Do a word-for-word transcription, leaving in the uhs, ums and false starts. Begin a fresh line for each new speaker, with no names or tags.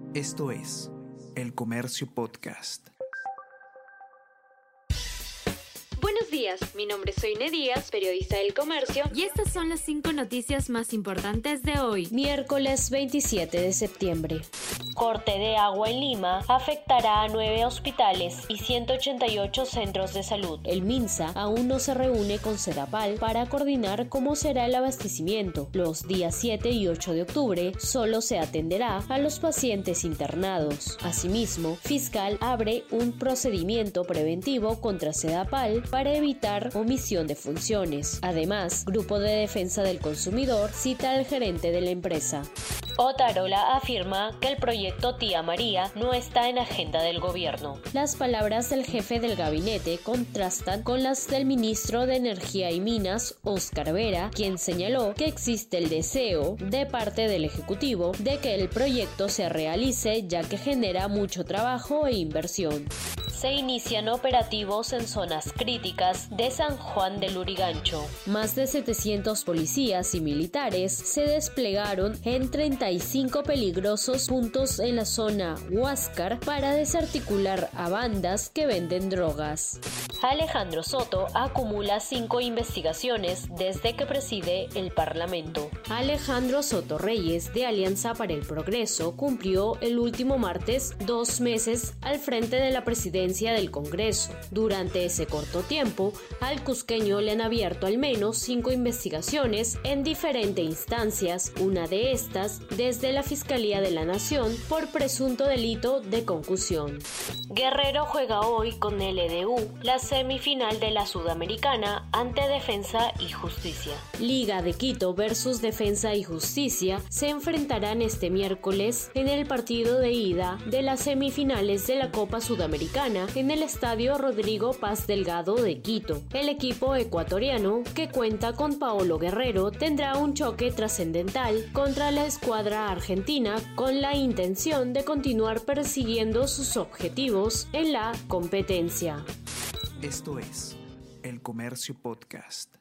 Esto es El Comercio Podcast.
Buenos días, mi nombre es Soine Díaz, periodista del Comercio,
y estas son las cinco noticias más importantes de hoy,
miércoles veintisiete de septiembre. Corte de agua en Lima afectará a nueve hospitales y ciento ochenta y ocho centros de salud. El MINSA aún no se reúne con Sedapal para coordinar cómo será el abastecimiento. Los días siete y ocho de octubre solo se atenderá a los pacientes internados. Asimismo, Fiscal abre un procedimiento preventivo contra Sedapal para evitar omisión de funciones. Además, Grupo de Defensa del Consumidor cita al gerente de la empresa. Otarola afirma que el proyecto Tía María no está en agenda del gobierno. Las palabras del jefe del gabinete contrastan con las del ministro de Energía y Minas, Óscar Vera, quien señaló que existe el deseo de parte del Ejecutivo de que el proyecto se realice, ya que genera mucho trabajo e inversión. Se inician operativos en zonas críticas de San Juan del Lurigancho. Más de setecientos policías y militares se desplegaron en treinta y cinco peligrosos puntos en la zona Huáscar para desarticular a bandas que venden drogas. Alejandro Soto acumula cinco investigaciones desde que preside el Parlamento. Alejandro Soto Reyes, de Alianza para el Progreso, cumplió el último martes dos meses al frente de la presidencia del Congreso. Durante ese corto tiempo, al cusqueño le han abierto al menos cinco investigaciones en diferentes instancias, una de estas desde la Fiscalía de la Nación por presunto delito de concusión. Guerrero juega hoy con L D U la semifinal de la Sudamericana ante Defensa y Justicia. Liga de Quito versus Defensa y Justicia se enfrentarán este miércoles en el partido de ida de las semifinales de la Copa Sudamericana en el Estadio Rodrigo Paz Delgado de Quito. El equipo ecuatoriano, que cuenta con Paolo Guerrero, tendrá un choque trascendental contra la escuadra argentina con la intención de continuar persiguiendo sus objetivos en la competencia.
Esto es El Comercio Podcast.